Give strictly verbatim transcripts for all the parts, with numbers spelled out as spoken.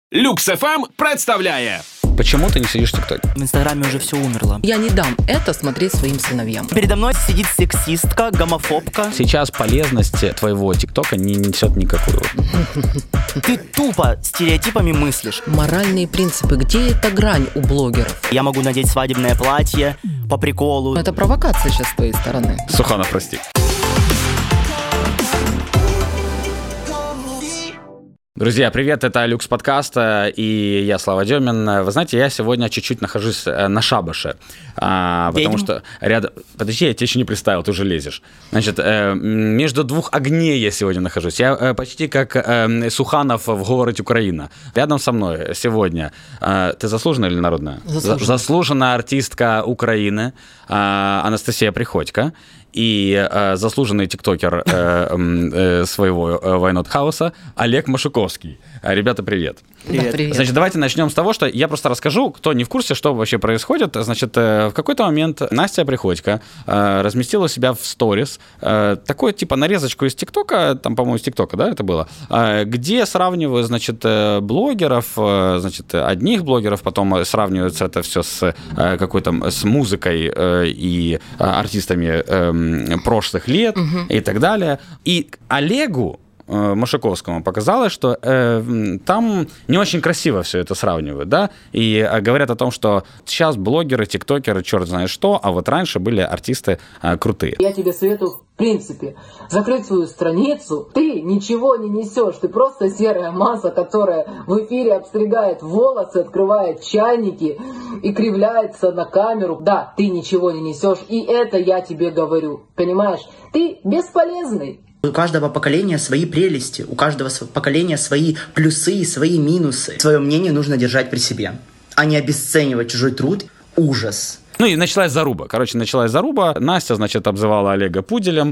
Люкс эф эм представляє. Почему ты не сидишь в ТикТоке? В Инстаграме уже все умерло. Я не дам это смотреть своим сыновьям. Передо мной сидит сексистка, гомофобка. Сейчас полезность твоего ТикТока не несет никакую. Ты тупо стереотипами мыслишь. Моральные принципы. Где эта грань у блогеров? Я могу надеть свадебное платье по приколу. Это провокация сейчас с твоей стороны. Суханов, прости. Друзья, привет, это Люкс подкаст, и я Слава Демин. Вы знаете, я сегодня чуть-чуть нахожусь на шабаше, а, потому что рядом... Подожди, я тебя еще не представил, ты уже лезешь. Значит, между двух огней я сегодня нахожусь. Я почти как Суханов в «Говорить Украина». Рядом со мной сегодня... Ты заслуженная или народная? Заслуженная. Заслуженная артистка Украины Анастасия Приходько. И э, заслуженный тиктокер э, э, своего э, Вайнотхауса Олег Машуковский. Ребята, привет. Привет. Да, привет. Значит, давайте начнем с того, что я просто расскажу, кто не в курсе, что вообще происходит. Значит, э, в какой-то момент Настя Приходько э, разместила у себя в сторис э, такую типа нарезочку из ТикТока, там, по-моему, из ТикТока, да, это было, э, где сравнивают, значит, э, блогеров, э, значит, одних блогеров, потом сравнивается это все с э, какой-то с музыкой э, и э, артистами э, прошлых лет угу. и так далее. И Олегу э, Машуковскому показалось, что э, там не очень красиво все это сравнивают, да, и э, говорят о том, что сейчас блогеры, тиктокеры, черт знает что, а вот раньше были артисты э, крутые. Я тебе советую, в принципе, закрыть свою страницу. Ты ничего не несешь, ты просто серая масса, которая в эфире обстригает волосы, открывает чайники и кривляется на камеру. Да, ты ничего не несешь, и это я тебе говорю, понимаешь? Ты бесполезный. У каждого поколения свои прелести, у каждого поколения свои плюсы и свои минусы. Свое мнение нужно держать при себе, а не обесценивать чужой труд. Ужас. Ну и началась заруба. Короче, началась заруба. Настя, значит, обзывала Олега пуделем.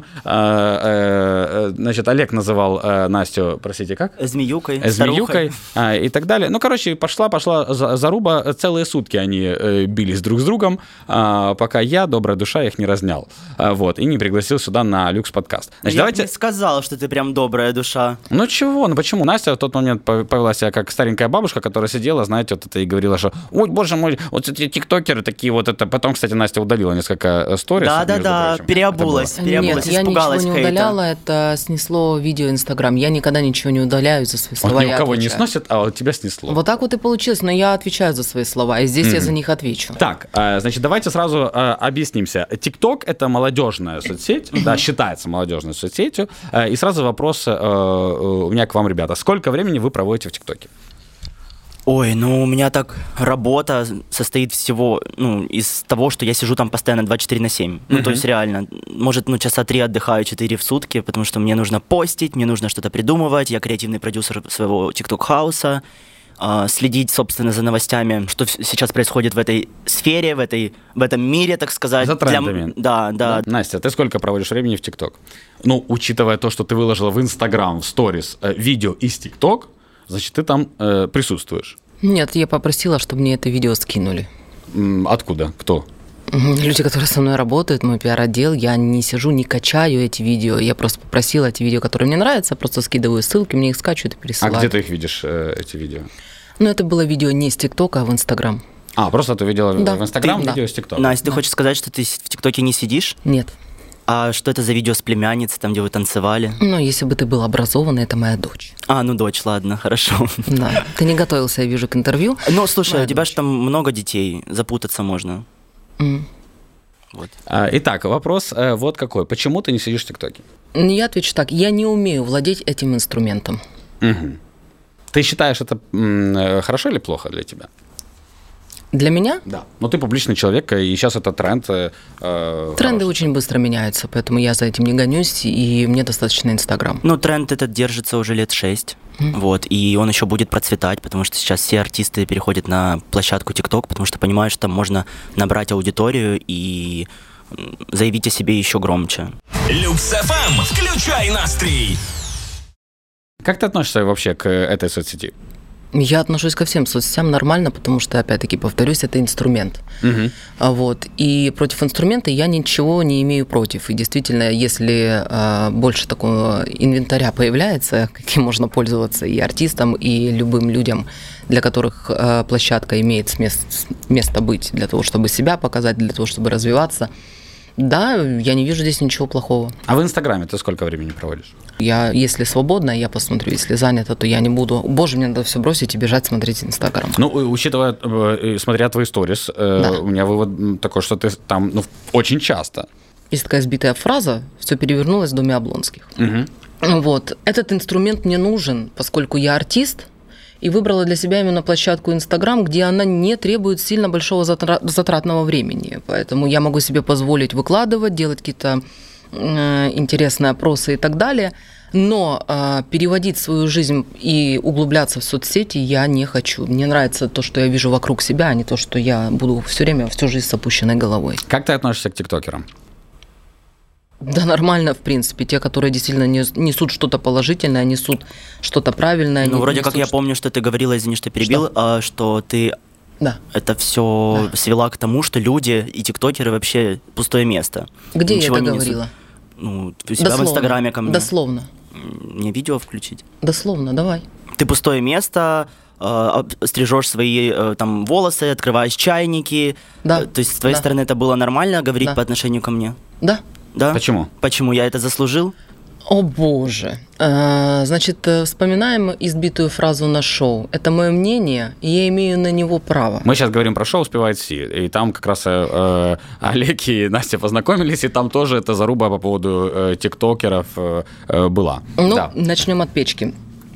Значит, Олег называл Настю, простите, как? Змеюкой. Змеюкой и так далее. Ну, короче, пошла, пошла заруба. Целые сутки они бились друг с другом, пока я, добрая душа, их не разнял. Вот. И не пригласил сюда на Люкс подкаст. Значит, я давайте... бы не сказал, что ты прям добрая душа. Ну чего? Ну почему? Настя в тот момент повела себя как старенькая бабушка, которая сидела, знаете, вот это и говорила, что ой, боже мой, вот эти тиктокеры такие вот это... Потом, кстати, Настя удалила несколько сторис. Да-да-да, переобулась, переобулась, Нет, я испугалась ничего не хейта. удаляла, это снесло видео Инстаграм. Я никогда ничего не удаляю за свои слова. Вот ни у я кого отвечаю. не сносит, а вот тебя снесло. Вот так вот и получилось, но я отвечаю за свои слова, и здесь Mm-hmm. я за них отвечу. Так, значит, давайте сразу объяснимся. ТикТок – это молодежная соцсеть, mm-hmm. да, считается молодежной соцсетью. И сразу вопрос у меня к вам, ребята. Сколько времени вы проводите в ТикТоке? Ой, ну у меня так работа состоит всего, ну, из того, что я сижу там постоянно двадцать четыре на семь. Mm-hmm. Ну, то есть реально, может, ну, часа три отдыхаю, четыре в сутки, потому что мне нужно постить, мне нужно что-то придумывать, я креативный продюсер своего TikTok-хауса, э, следить, собственно, за новостями, что сейчас происходит в этой сфере, в, этой, в этом мире, так сказать. За трендами. Для... Да, да, да. Настя, ты сколько проводишь времени в ТикТок? Ну, учитывая то, что ты выложила в Инстаграм, в сторис э, видео из ТикТок, значит, ты там э, присутствуешь. Нет, я попросила, чтобы мне это видео скинули. Откуда? Кто? Люди, которые со мной работают, мой пиар-отдел, я не сижу, не качаю эти видео. Я просто попросила эти видео, которые мне нравятся, просто скидываю ссылки, мне их скачивают и пересылают. А где ты их видишь, э, эти видео? Ну, это было видео не с ТикТока, а в Инстаграм. А, просто ты видела да. в Инстаграм ты, видео да. с ТикТока? Настя, ты да. хочешь сказать, что ты в ТикТоке не сидишь? Нет. А что это за видео с племянницей, там, где вы танцевали? Ну, если бы ты был образованный, это моя дочь. А, ну дочь, ладно, хорошо. Да, ты не готовился, я вижу, к интервью. Ну, слушай, моя у тебя дочь. же там много детей, запутаться можно. Mm. Вот. Итак, вопрос вот какой. Почему ты не сидишь в ТикТоке? Я отвечу так, я не умею владеть этим инструментом. Угу. Ты считаешь, это м, хорошо или плохо для тебя? Для меня? Да. Ну, ты публичный человек, и сейчас это тренд. Э, Тренды хороший. очень быстро меняются, поэтому я за этим не гонюсь, и мне достаточно Инстаграм. Ну, тренд этот держится уже лет шесть, mm. вот, и он еще будет процветать, потому что сейчас все артисты переходят на площадку ТикТок, потому что понимают, что там можно набрать аудиторию и заявить о себе еще громче. Люкс эф эм, включай настрій! Как ты относишься вообще к этой соцсети? Я отношусь ко всем соцсетям нормально, потому что, опять-таки, повторюсь, это инструмент. Угу. Вот. И против инструмента я ничего не имею против. И действительно, если э, больше такого инвентаря появляется, каким можно пользоваться и артистам, и любым людям, для которых э, площадка имеет мест, место быть, для того, чтобы себя показать, для того, чтобы развиваться, да, я не вижу здесь ничего плохого. А в Инстаграме ты сколько времени проводишь? Я, если свободно, я посмотрю. Если занято, то я не буду. Боже, мне надо все бросить и бежать смотреть Инстаграм. Ну, учитывая, смотря твои сторис, да. У меня вывод такой, что ты там ну, очень часто. Есть такая сбитая фраза: «Все перевернулось в доме Облонских». Угу. Вот. Этот инструмент мне нужен, поскольку я артист, и выбрала для себя именно площадку Инстаграм, где она не требует сильно большого затратного времени. Поэтому я могу себе позволить выкладывать, делать какие-то э, интересные опросы и так далее. Но э, переводить свою жизнь и углубляться в соцсети я не хочу. Мне нравится то, что я вижу вокруг себя, а не то, что я буду все время, всю жизнь с опущенной головой. Как ты относишься к тиктокерам? Да нормально, в принципе. Те, которые действительно несут что-то положительное, несут что-то правильное. Ну, вроде как я помню, что ты говорила, извини, что перебил, что, что ты да. это все да. свела к тому, что люди и тиктокеры вообще пустое место. Где Ничего я это не говорила? Несут. Ну, у себя дословно. В Инстаграме ко мне. Дословно. Мне видео включить? Дословно, давай. Ты пустое место, э, стрижешь свои э, там волосы, открываешь чайники. Да. То есть с твоей да. стороны это было нормально говорить да. по отношению ко мне? Да. Да? Почему? Почему? Я это заслужил? О боже. Значит, вспоминаем избитую фразу на шоу. Это мое мнение, и я имею на него право. Мы сейчас говорим про шоу «Успевает Си», и там как раз э, Олег и Настя познакомились, и там тоже эта заруба по поводу э, тиктокеров э, была. Ну, да. Начнем от печки.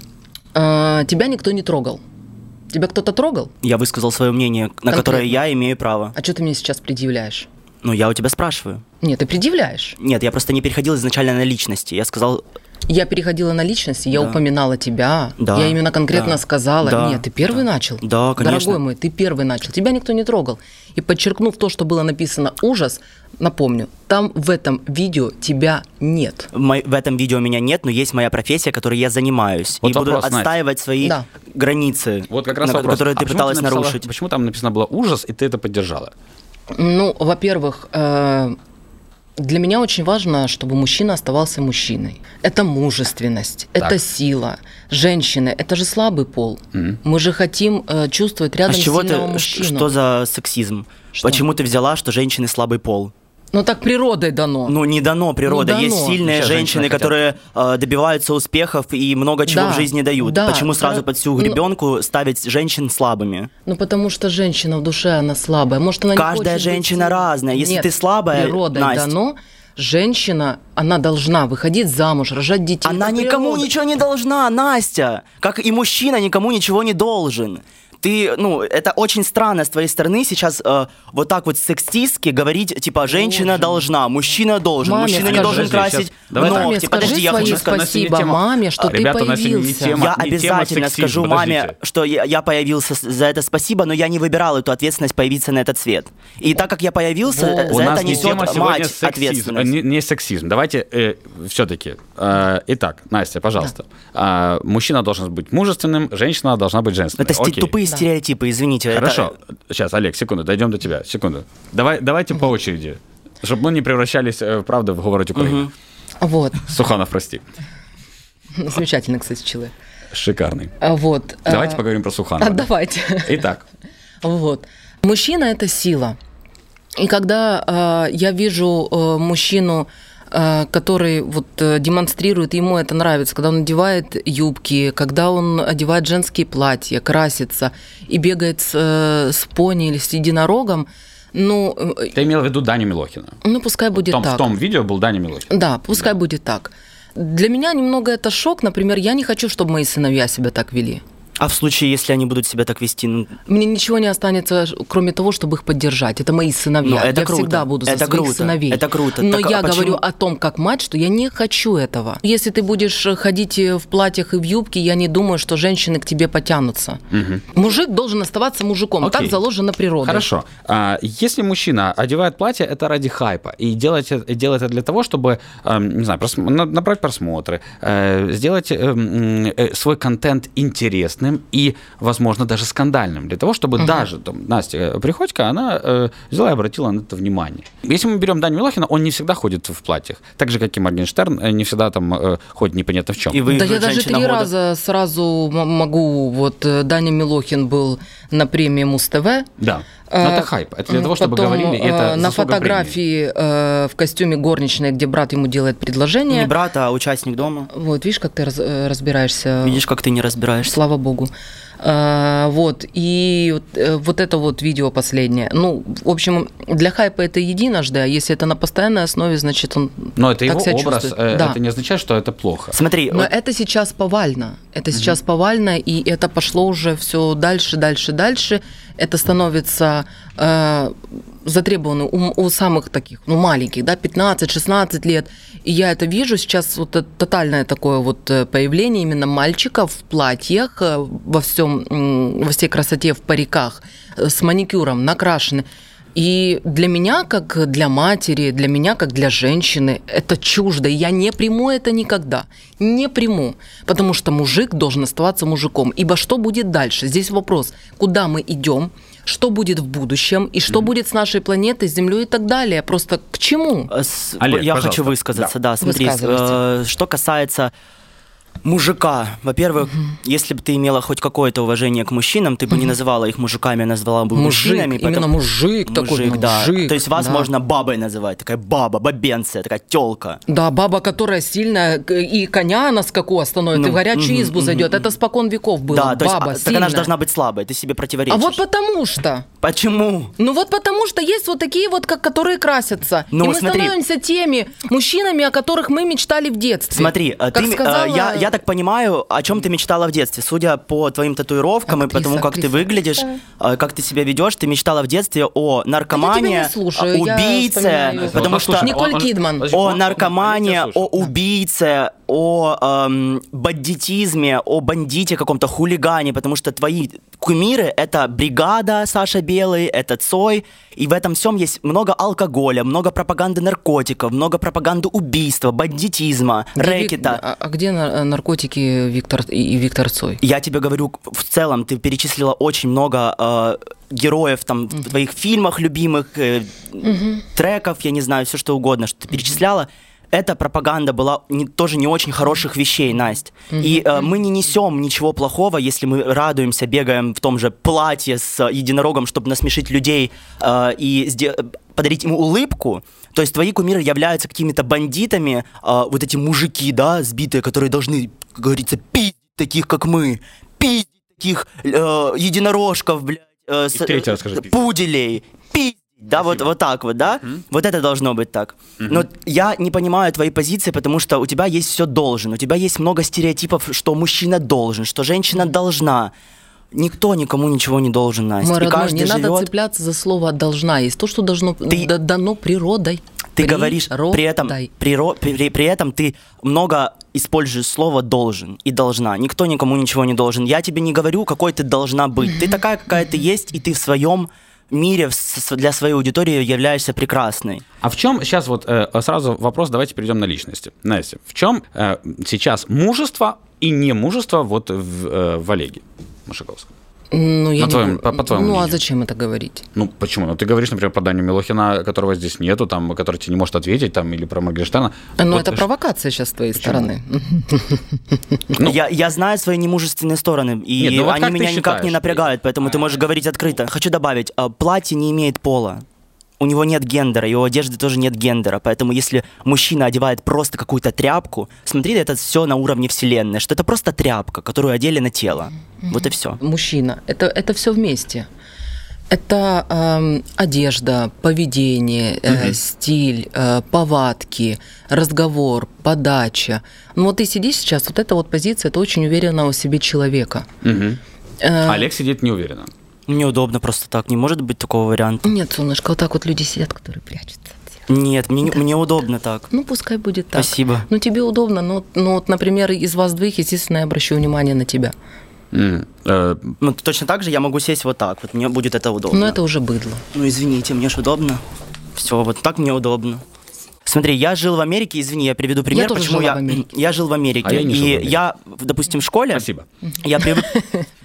Э, тебя никто не трогал. Тебя кто-то трогал? Я высказал свое мнение, на Конкретно. которое я имею право. А что ты мне сейчас предъявляешь? Ну, я у тебя спрашиваю. Нет, ты предъявляешь. Нет, я просто не переходил изначально на личности. Я сказал... Я переходила на личности, я да. упоминала тебя. Да. Я именно конкретно да. сказала. Да. Нет, ты первый да. начал. Да, конечно. Дорогой мой, ты первый начал. Тебя никто не трогал. И подчеркнув то, что было написано «ужас», напомню, там в этом видео тебя нет. Мо- в этом видео меня нет, но есть моя профессия, которой я занимаюсь. Вот и вопрос, буду отстаивать Настя. свои да. границы, вот как раз на, вопрос. которые ты а пыталась ты написала, нарушить. Почему там написано было «ужас», и ты это поддержала? Ну, во-первых, э- для меня очень важно, чтобы мужчина оставался мужчиной. Это мужественность, так. это сила. Женщины – это же слабый пол. Mm-hmm. Мы же хотим э, чувствовать рядом а с чего сильного ты, мужчину. Что за сексизм? Что? Почему ты взяла, что женщины слабый пол? Ну так природой дано. Ну не дано природой. Ну, дано. Есть сильные Сейчас женщины, женщины которые э, добиваются успехов и много чего да, в жизни дают. да, Почему сразу про... под всю гребенку ну, ставить женщин слабыми? Ну потому что женщина в душе, она слабая. Может, она Каждая не женщина быть... разная. Если Нет, ты слабая, природой Настя, дано. Женщина, она должна выходить замуж, рожать детей. Она никому природа. Ничего не должна, Настя. Как и мужчина никому ничего не должен. Ты, ну, это очень странно с твоей стороны сейчас э, вот так вот сексистски говорить, типа, женщина Боже. Должна, мужчина должен, маме, мужчина скажи, не должен сейчас, красить давай ногти. Так. Подожди, я хочу сказать спасибо маме, что а, ты ребята, появился. Тема, я обязательно скажу подождите. маме, что я, я появился за это спасибо, но я не выбирал эту ответственность появиться на этот свет. И так как я появился, О, за у это нас не несет тема мать сексизм, ответственность. Не, не сексизм. Давайте э, все-таки. Э, итак, Настя, пожалуйста. Да. Э, мужчина должен быть мужественным, женщина должна быть женственной. Это Окей. тупые да. стереотипы, извините. Хорошо. Это... Сейчас, Олег, секунду, дойдем до тебя. Секунду. Давай, давайте по очереди, чтобы мы не превращались, правда, в говорить Украину. Угу. Вот. Суханов, прости. Замечательный, кстати, человек. Шикарный. Вот. Давайте а... поговорим про Суханова. А, давайте. Итак. Вот. Мужчина – это сила. И когда э, я вижу э, мужчину, э, который вот, э, демонстрирует, ему это нравится, когда он надевает юбки, когда он одевает женские платья, красится и бегает с, э, с пони или с единорогом, ну... Ты имел в виду Даню Милохина? Ну, пускай будет в том, так. В том видео был Даня Милохин. Да, пускай да. будет так. Для меня немного это шок. Например, я не хочу, чтобы мои сыновья себя так вели. А в случае, если они будут себя так вести? Ну... Мне ничего не останется, кроме того, чтобы их поддержать. Это мои сыновья. Ну, это я круто. всегда буду за это своих круто. сыновей. Это круто. Но так, я а почему... говорю о том, как мать, что я не хочу этого. Если ты будешь ходить в платьях и в юбке, я не думаю, что женщины к тебе потянутся. Угу. Мужик должен оставаться мужиком. Окей. Так заложено природой. Хорошо. А, если мужчина одевает платье, это ради хайпа. И делать, делать это для того, чтобы, не знаю, прос... набрать просмотры, сделать свой контент интересным, сексуальным и, возможно, даже скандальным. Для того, чтобы uh-huh. даже там, Настя Приходько, она э, взяла и обратила на это внимание. Если мы берем Даню Милохина, он не всегда ходит в платьях. Так же, как и Моргенштерн, не всегда там э, ходит непонятно в чем. И да я даже три года. раза сразу могу... Вот Даня Милохин был на премии Муз-ТВ. Да. Но это хайп. Это для того, чтобы Потом, говорили, это на фотографии э, в костюме горничной, где брат ему делает предложение. Не брат, а участник дома. Вот, видишь, как ты раз, разбираешься. Видишь, как ты не разбираешься. Слава богу. А, вот, и вот, вот это вот видео последнее. Ну, в общем, для хайпа это единожды, а если это на постоянной основе, значит, он Но это так его себя образ, чувствует. это Да. не означает, что это плохо. Смотри. Но вот... это сейчас повально. Это сейчас mm-hmm. повально, и это пошло уже все дальше, дальше, дальше. Это становится э, затребовано у, у самых таких, ну, маленьких, да, пятнадцать-шестнадцать лет. И я это вижу сейчас, вот это тотальное такое вот появление именно мальчиков в платьях, во всем, во всей красоте, в париках, с маникюром, накрашены. И для меня, как для матери, для меня, как для женщины, это чуждо. И я не приму это никогда. Не приму. Потому что мужик должен оставаться мужиком. Ибо что будет дальше? Здесь вопрос, куда мы идем, что будет в будущем, и что mm-hmm. будет с нашей планетой, с Землей и так далее. Просто к чему? С... Олег, я хочу высказаться. Да, да смотри, э, что касается... мужика. Во-первых, угу. если бы ты имела хоть какое-то уважение к мужчинам, ты бы угу. не называла их мужиками, а назвала бы мужик, мужчинами. Именно поэтому... мужик, мужик такой мужик. Да. То есть вас да. можно бабой называть. Такая баба, бабенция, такая тёлка. Да, баба, которая сильная, и коня на скаку остановит, ну, и в горячую угу, избу угу, зайдет. Угу. Это спокон веков было. Да, то есть, баба а, так она же должна быть слабой, ты себе противоречишь. А вот потому что. Почему? Ну вот потому что есть вот такие вот, как, которые красятся. Ну, и мы смотри. становимся теми мужчинами, о которых мы мечтали в детстве. Смотри, как ты, сказала... я, я так понимаю, о чем ты мечтала в детстве. Судя по твоим татуировкам актриса, и потому, как актриса. Ты выглядишь, да. как ты себя ведешь, ты мечтала в детстве о наркомании, слушаю, убийце, потому он, что... слушай, Николь он, Кидман. Он, о он, наркомании, он, о убийце, о эм, бандитизме, о бандите каком-то, хулигане, потому что твои кумиры — это бригада Саша Белый, это Цой, и в этом всем есть много алкоголя, много пропаганды наркотиков, много пропаганды убийства, бандитизма, где рэкета. Ви... А, а где наркотики Виктор и Виктор Цой? Я тебе говорю, в целом, ты перечислила очень много э, героев там uh-huh. в твоих фильмах любимых, э, uh-huh. треков, я не знаю, все что угодно, что ты перечисляла. Эта пропаганда была не, тоже не очень хороших вещей, Настя. Mm-hmm. И э, мы не несем ничего плохого, если мы радуемся, бегаем в том же платье с единорогом, чтобы насмешить людей э, и сде- подарить им улыбку. То есть твои кумиры являются какими-то бандитами, э, вот эти мужики, да, сбитые, которые должны, как говорится, пиздить таких, как мы, пиздить таких э, единорожков, блядь, э, с, третий раз скажи, пуделей, пиздить. Да, вот, вот так вот, да? Mm-hmm. Вот это должно быть так. Mm-hmm. Но я не понимаю твоей позиции, потому что у тебя есть все должен. У тебя есть много стереотипов, что мужчина должен, что женщина должна. Никто никому ничего не должен, Настя. Мой родной, не живет... надо цепляться за слово «должна». Есть то, что должно ты... дано природой. Ты говоришь, при этом, при, при, при этом ты много используешь слово «должен» и «должна». Никто никому ничего не должен. Я тебе не говорю, какой ты должна быть. Mm-hmm. Ты такая, какая ты есть, и ты в своем мире для своей аудитории являешься прекрасной. А в чем сейчас вот э, сразу вопрос, давайте перейдем на личности. Настя, в чем э, сейчас мужество и немужество вот в, э, в Олеге Машиковском? Ну, я на не... твоем, по, по твоему ну мнению. А зачем это говорить? Ну, почему? Ну, ты говоришь, например, про Даню Милохина, которого здесь нету, там, который тебе не может ответить, там, или про Моргенштерна. Ну, вот это ш... провокация сейчас с твоей почему? Стороны. Ну, я, я знаю свои немужественные стороны, и Нет, ну, вот они меня никак не напрягают, поэтому а... ты можешь говорить открыто. Хочу добавить, платье не имеет пола. У него нет гендера, и у одежды тоже нет гендера. Поэтому если мужчина одевает просто какую-то тряпку, смотри, это все на уровне вселенной, что это просто тряпка, которую одели на тело. Mm-hmm. Вот и все. Мужчина, это, это все вместе. Это э, одежда, поведение, э, mm-hmm. стиль, э, повадки, разговор, подача. Ну вот ты сидишь сейчас, вот эта вот позиция, это очень уверенного в себе человека. Mm-hmm. Э, Олег сидит неуверенно. Неудобно просто так, не может быть такого варианта. Нет, солнышко, вот так вот люди сидят, которые прячутся. Нет, мне, да. мне удобно так. Ну, пускай будет так. Спасибо. Ну, тебе удобно, но, но вот, например, из вас двоих, естественно, я обращу внимание на тебя. Mm, э... Ну, точно так же я могу сесть вот так, вот мне будет это удобно. Ну, это уже быдло. Ну, извините, мне же удобно. Все, вот так мне удобно. Смотри, я жил в Америке, извини, я приведу пример, я тоже почему жила я в Америке. Я жил в Америке. А я не и жил в Америке. Я, допустим, в школе. Спасибо. Я привык.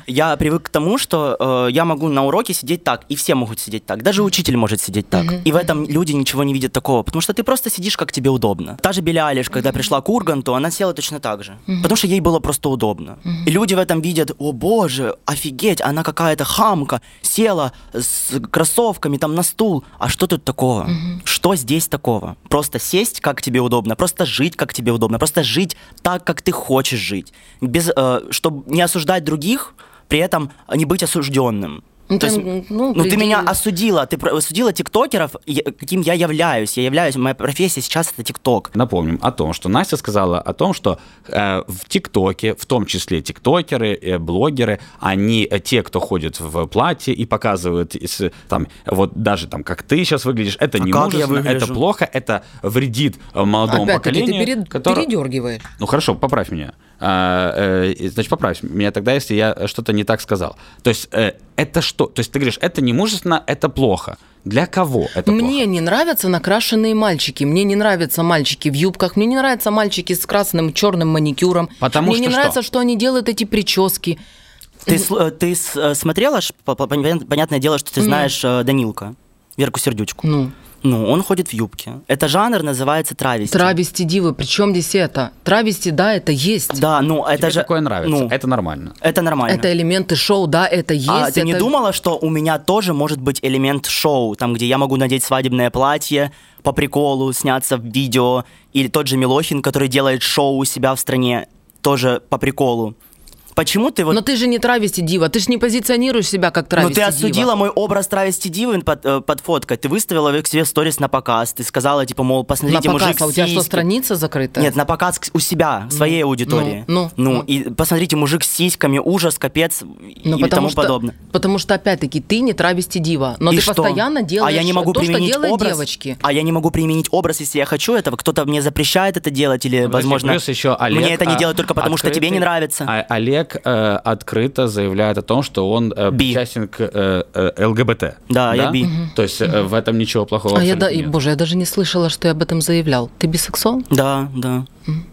Я привык к тому, что э, я могу на уроке сидеть так, и все могут сидеть так. Даже учитель может сидеть так. Mm-hmm. И в этом люди ничего не видят такого, потому что ты просто сидишь, как тебе удобно. Та же Билли Айлиш, когда mm-hmm. пришла к Урганту, она села точно так же. Mm-hmm. Потому что ей было просто удобно. Mm-hmm. И люди в этом видят: о боже, офигеть, она какая-то хамка, села с кроссовками там на стул. А что тут такого? Mm-hmm. Что здесь такого? Просто сесть, как тебе удобно, просто жить, как тебе удобно, просто жить так, как ты хочешь жить. Без, э, чтобы не осуждать других, при этом не быть осужденным. Ну, То там, есть, ну, ну, приди... ты меня осудила, ты осудила тиктокеров, каким я являюсь. Я являюсь, моя профессия сейчас это тикток. Напомним о том, что Настя сказала о том, что э, в ТикТоке, в том числе тиктокеры, э, блогеры, они э, те, кто ходит в платье и показывают, если, там, вот даже там, как ты сейчас выглядишь, это а не мужественно, это плохо, это вредит молодому Опять-таки, поколению. ты перед... которое... передергиваешь. Ну хорошо, поправь меня. А, э, значит, поправь меня тогда, если я что-то не так сказал. То есть э, это что? То есть ты говоришь, это не мужественно, это плохо. Для кого это мне плохо? Мне не нравятся накрашенные мальчики, мне не нравятся мальчики в юбках, мне не нравятся мальчики с красным, черным маникюром. Потому мне что не что? нравится, что они делают эти прически. Ты, ты смотрела, понятное дело, что ты знаешь mm. Данилка, Верку Сердючку. Ну. Ну, он ходит в юбке. Это жанр называется травести. Травести дивы. Причем здесь это? Травести, да, это есть. Да, ну это Тебе же... такое нравится, ну, это нормально. Это нормально. Это элементы шоу, да, это есть. А ты это... не думала, что у меня тоже может быть элемент шоу, там, где я могу надеть свадебное платье, по приколу сняться в видео, или тот же Милохин, который делает шоу у себя в стране, тоже по приколу. Почему ты вот... Но ты же не травести дива, ты же не позиционируешь себя как травести дива. Но ты осудила дива. Мой образ травести дивы под, под фоткой. Ты выставила к себе сторис на показ. Ты сказала, типа, мол, посмотрите, на показ, мужик а у тебя сиськи. Что, страница закрыта? Нет, на показ у себя, своей ну, аудитории. Ну, ну, ну, ну, и посмотрите, мужик с сиськами, ужас, капец ну, и тому что, подобное. Потому что, опять-таки, ты не травести дива, но и ты что? постоянно делаешь а я не могу то, применить что делают образ, девочки. А я не могу применить образ, если я хочу этого. Кто-то мне запрещает это делать, или, ну, возможно, плюс еще Олег, мне это не а, делать только потому, открытый, что тебе не нравится. А, Олег э, открыто заявляет о том, что он э, причастен к э, э, ЛГБТ. Да, да, я би. Угу. То есть э, в этом ничего плохого а я да, нет. Боже, я даже не слышала, что я об этом заявлял. Ты бисексуал? Да, да.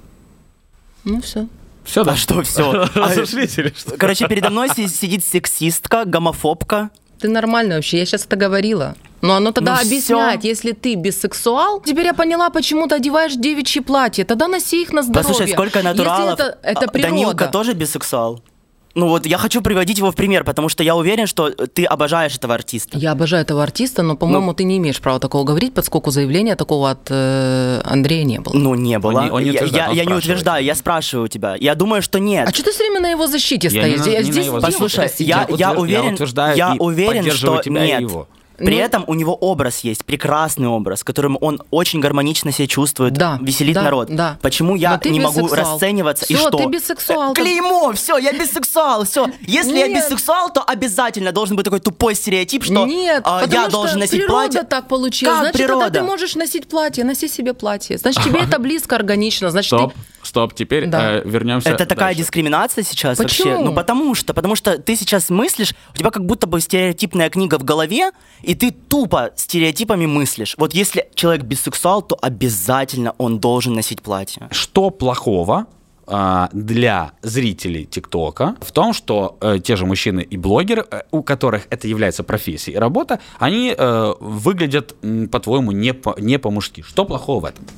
Ну все. Все, да? А что все? Разошлись или что? Короче, передо мной сидит сексистка, гомофобка. Ты нормальный вообще, я сейчас это говорила. Но оно тогда ну объясняет, всё. если ты бисексуал, теперь я поняла, почему ты одеваешь девичьи платья, тогда носи их на здоровье. Послушай, сколько натуралов. Это, это Данилка тоже бисексуал. Ну вот я хочу приводить его в пример, потому что я уверен, что ты обожаешь этого артиста. Я обожаю этого артиста, но, по-моему, ну, ты не имеешь права такого говорить, поскольку заявления такого от э, Андрея не было. Ну, не было. Он не, он не утверждает, я он я не утверждаю, я спрашиваю тебя. Я думаю, что нет. А что ты все время на его защите я стоишь? Не, я не здесь его Послушай, я, я, я уверен, я, я и уверен что тебя нет. И его. При ну, этом у него образ есть, прекрасный образ, которым он очень гармонично себя чувствует, да, веселит да, народ. Да. Почему я не бисексуал. могу расцениваться Всё, и что? Ты бисексуал. Клеймо, все, я бисексуал, все. Если Нет. я бисексуал, то обязательно должен быть такой тупой стереотип, что Нет, а, я должен носить природа платье. так получилось. Как значит, природа? тогда ты можешь носить платье, носи себе платье. Значит, тебе это близко, органично. Значит, Стоп, ты... стоп, теперь Да. э, вернемся Это такая дальше. дискриминация сейчас Почему? вообще. Ну потому что, потому что ты сейчас мыслишь, у тебя как будто бы стереотипная книга в голове, и ты тупо стереотипами мыслишь. Вот если человек бисексуал, то обязательно он должен носить платье. Что плохого э, для зрителей ТикТока в том, что э, те же мужчины и блогеры, э, у которых это является профессией и работа, они э, выглядят, м, по-твоему, не, по, не по-мужски. Что плохого в этом?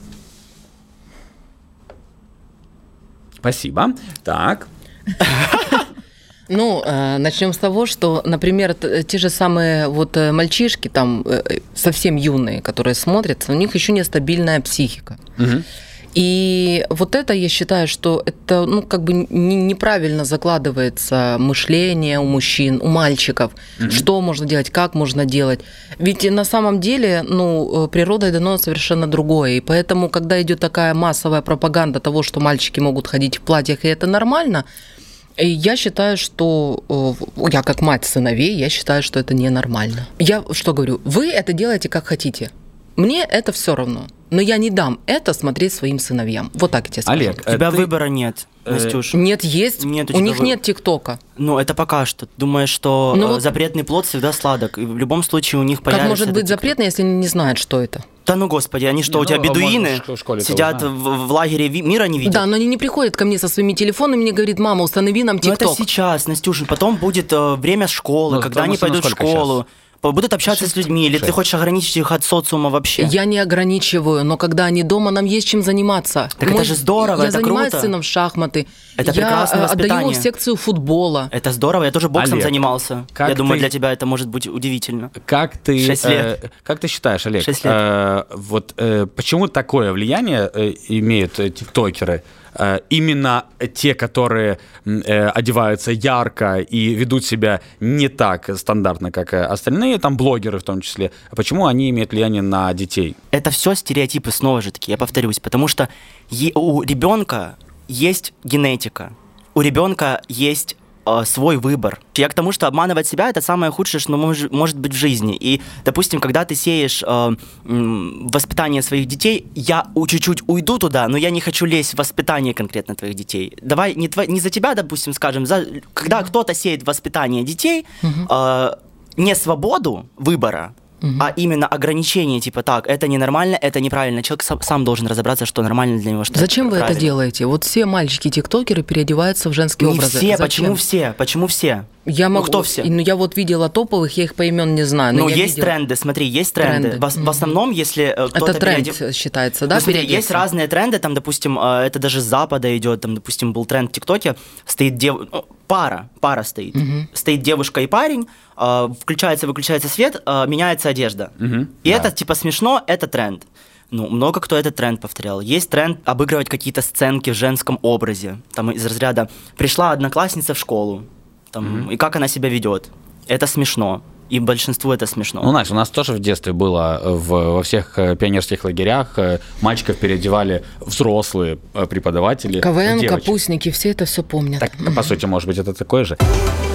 Спасибо. Так. Ну, э, начнем с того, что, например, т- те же самые вот э, мальчишки, там, э, совсем юные, которые смотрят, у них еще нестабильная психика. Угу. И вот это, я считаю, что это, ну, как бы не- неправильно закладывается мышление у мужчин, у мальчиков, mm-hmm. что можно делать, как можно делать. Ведь на самом деле, ну, природой дано совершенно другое. И поэтому, когда идет такая массовая пропаганда того, что мальчики могут ходить в платьях, и это нормально, и я считаю, что я как мать сыновей, я считаю, что это ненормально. Я что говорю? Вы это делаете как хотите. Мне это все равно. Но я не дам это смотреть своим сыновьям. Вот так я тебе скажу. Олег, У тебя ты... выбора нет, Настюш. Нет, есть. Нет, у у тебя них вы- нет ТикТока. Ну, это пока что. Думаешь, что Ну э, вот- запретный плод всегда сладок. И в любом случае у них появится... Как может этот быть TikTok. запретно, если они не знают, что это? Да ну, господи, они что, Не, у тебя ну, бедуины может, в школе-то сидят узнают. в, в лагере ви- мира не видят? Да, но они не приходят ко мне со своими телефонами и мне говорят: мама, установи нам Ну, это ТикТок. сейчас, Настюша. Потом будет э, время школы, Ну, когда твоему они сыну пойдут в сколько школу. по- Будут общаться с людьми, или ты Шесть. хочешь ограничить их от социума вообще? Я не ограничиваю, но когда они дома, нам есть чем заниматься. Так это же здорово, Я это занимаюсь круто. с сыном в шахматы. Это я прекрасное э, отдаю его воспитание. в секцию футбола. Это здорово, я тоже боксом Олег, занимался. как Я думаю, ты- для тебя это может быть удивительно. Как ты, Шесть лет. э, как ты считаешь, Олег, Шесть лет. э, вот э, почему такое влияние э, имеют э, тиктокеры? Э, именно те, которые м, э, одеваются ярко и ведут себя не так стандартно, как э, остальные, там блогеры в том числе. Почему они имеют влияние на детей? Это все стереотипы, снова же таки, я повторюсь, потому что е- у ребенка есть генетика, у ребенка есть э, свой выбор. Я к тому, что обманывать себя — это самое худшее, что мож- может быть в жизни. И, допустим, когда ты сеешь э, м, воспитание своих детей, я у- чуть-чуть уйду туда, но я не хочу лезть в воспитание конкретно твоих детей. Давай не, тво- не за тебя, допустим, скажем, за, когда кто-то сеет воспитание детей, э, не свободу выбора, а именно ограничение, типа, так, это ненормально, это неправильно. Человек сам, сам должен разобраться, что нормально для него, что Зачем вы это правильно. делаете? Вот все мальчики-тиктокеры переодеваются в женские Не образы. все, Зачем? почему все? Почему все? Я могу, Ну, кто все? Ну, я вот видела топовых, я их по имен не знаю. но Ну, я есть видела. тренды, смотри, есть тренды. Тренды. В, ос- в основном, если э, кто-то Это тренд переодев- считается, да? Ну, смотри, есть переодеться? разные тренды, там, допустим, э, это даже с Запада идет, там, допустим, был тренд в ТикТоке, стоит дев... ну, пара, пара стоит, стоит девушка и парень, э, включается, выключается свет, э, меняется одежда. И это, типа, смешно, это тренд. Ну, много кто этот тренд повторял. Есть тренд обыгрывать какие-то сценки в женском образе, там, из разряда «пришла одноклассница в школу», там, и как она себя ведет. Это смешно. И большинству это смешно. Ну, Настя, у нас тоже в детстве было в, во всех э, пионерских лагерях э, мальчиков переодевали взрослые э, преподаватели. КВН, девочек. капустники, все это все помнят. Так, по сути, может быть, это такое же.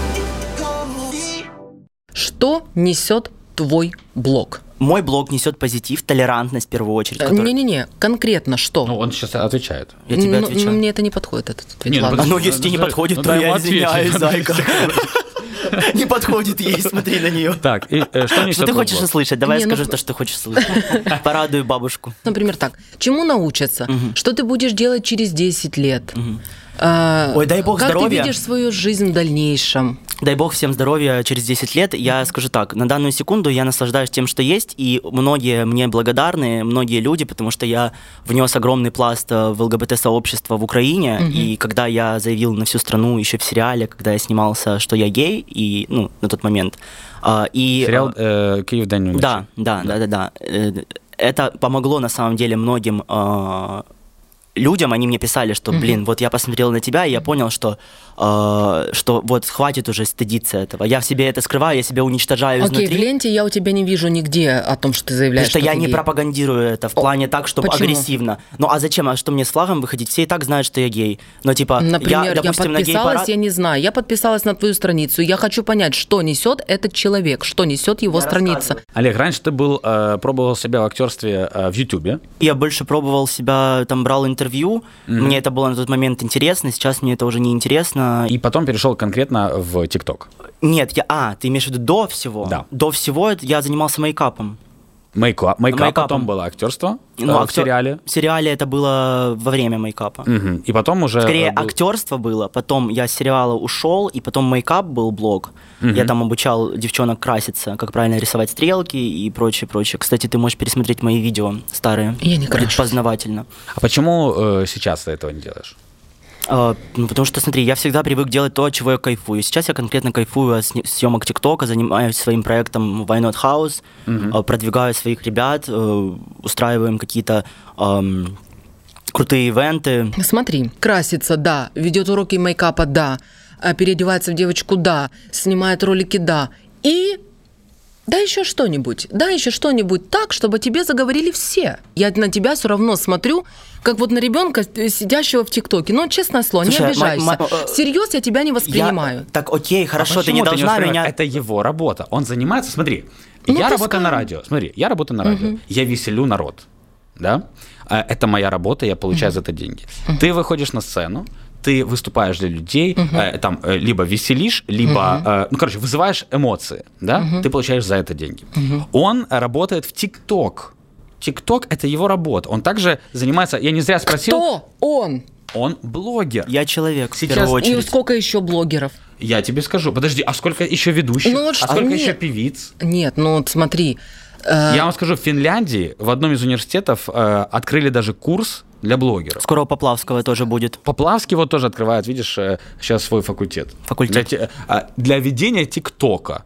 Что несет твой блог? Мой блог несет позитив, толерантность в первую очередь. который- Не-не-не, конкретно что? Ну, он сейчас отвечает. Я тебе ну, отвечаю. ну, мне это не подходит, этот ответ. Не, ну, Ладно. А ну, подожди, если тебе не ну, подходит, ну, то дай я ему ответить. извиняюсь, зайка. Не подходит ей, смотри на нее. Так, и э, что несет Что ты твой хочешь блог? услышать? Давай Не, я ну, скажу то, что ты хочешь слышать. Порадуй бабушку. Например, так. Чему научатся? Что ты будешь делать через десять лет? А, Ой, дай бог как здоровья. ты видишь свою жизнь в дальнейшем? Дай бог всем здоровья через десять лет. Я скажу так, на данную секунду я наслаждаюсь тем, что есть, и многие мне благодарны, многие люди, потому что я внес огромный пласт э, в ЛГБТ-сообщество в Украине, и когда я заявил на всю страну еще в сериале, когда я снимался, что я гей, и, ну, на тот момент, а, и... Сериал э, «Киев день ночи». Да, да, да, да, да. Э, Это помогло на самом деле многим э, людям. Они мне писали, что, блин, вот я посмотрел на тебя, и я понял, что, э, что вот хватит уже стыдиться этого. Я в себе это скрываю, я себя уничтожаю Окей, изнутри. в ленте я у тебя не вижу нигде о том, что ты заявляешь, Потому что я ты не гей. пропагандирую это в плане так, чтобы почему? агрессивно. Ну а зачем? А что мне с флагом выходить? Все и так знают, что я гей. Но типа, Например, я, я, допустим, на подписалась, гей-парад... я не знаю, я подписалась на твою страницу, я хочу понять, что несет этот человек, что несет его Я страница. рассказываю. Олег, раньше ты был, э, пробовал себя в актерстве э, в Ютубе. Я больше пробовал себя, там брал интервью. Мне это было на тот момент интересно, сейчас мне это уже не интересно. И потом перешел конкретно в ТикТок. Нет, я... А, ты имеешь в виду до всего? Да. До всего это я занимался мейкапом. Мейкап, мейкап, Мейкапом. потом было актерство Ну, э, в актер- сериале. В сериале это было во время мейкапа. Мгм. И потом уже... Скорее, э, был- актерство было, потом я с сериала ушел, и потом мейкап был блог. Я там обучал девчонок краситься, как правильно рисовать стрелки и прочее, прочее. Кстати, ты можешь пересмотреть мои видео старые. Я не Будет крашусь. познавательно. А почему э, сейчас ты этого не делаешь? А, ну, потому что, смотри, я всегда привык делать то, от чего я кайфую. Сейчас я конкретно кайфую от сни- съемок ТикТока, занимаюсь своим проектом Why Not House, а, продвигаю своих ребят, э, устраиваем какие-то ам, крутые ивенты. Смотри, красится, да, ведет уроки мейкапа, да, а переодевается в девочку, да, снимает ролики, да, и да еще что-нибудь, да еще что-нибудь так, чтобы о тебе заговорили все. Я на тебя все равно смотрю как вот на ребенка, сидящего в ТикТоке. Ну, честное слово, Слушай, не обижайся. ма- ма- Всерьез я тебя не воспринимаю. Я... Так, окей, хорошо, А ты не почему должна воспринимаешь? меня... Это его работа. Он занимается, смотри, Ну, я пускай. работаю на радио. Смотри, я работаю на радио. Я веселю народ. Да? А, Это моя работа, я получаю за это деньги. Ты выходишь на сцену, ты выступаешь для людей, э, там, э, либо веселишь, либо, э, ну, короче, вызываешь эмоции, да? Ты получаешь за это деньги. Он работает в ТикТок. ТикТок – это его работа. Он также занимается, я не зря спросил, Кто он? он блогер. Я человек, Сейчас- в первую И очередь. сколько еще блогеров? Я тебе скажу, подожди, а сколько еще ведущих? Ну, вот а что- сколько нет. еще певиц? Нет, ну вот смотри. э, Я вам скажу, в Финляндии в одном из университетов э, открыли даже курс для блогеров. Скоро у Поплавского тоже будет. Поплавский вот тоже открывает, видишь, э, сейчас свой факультет. Факультет. Для, те- а, для ведения ТикТока.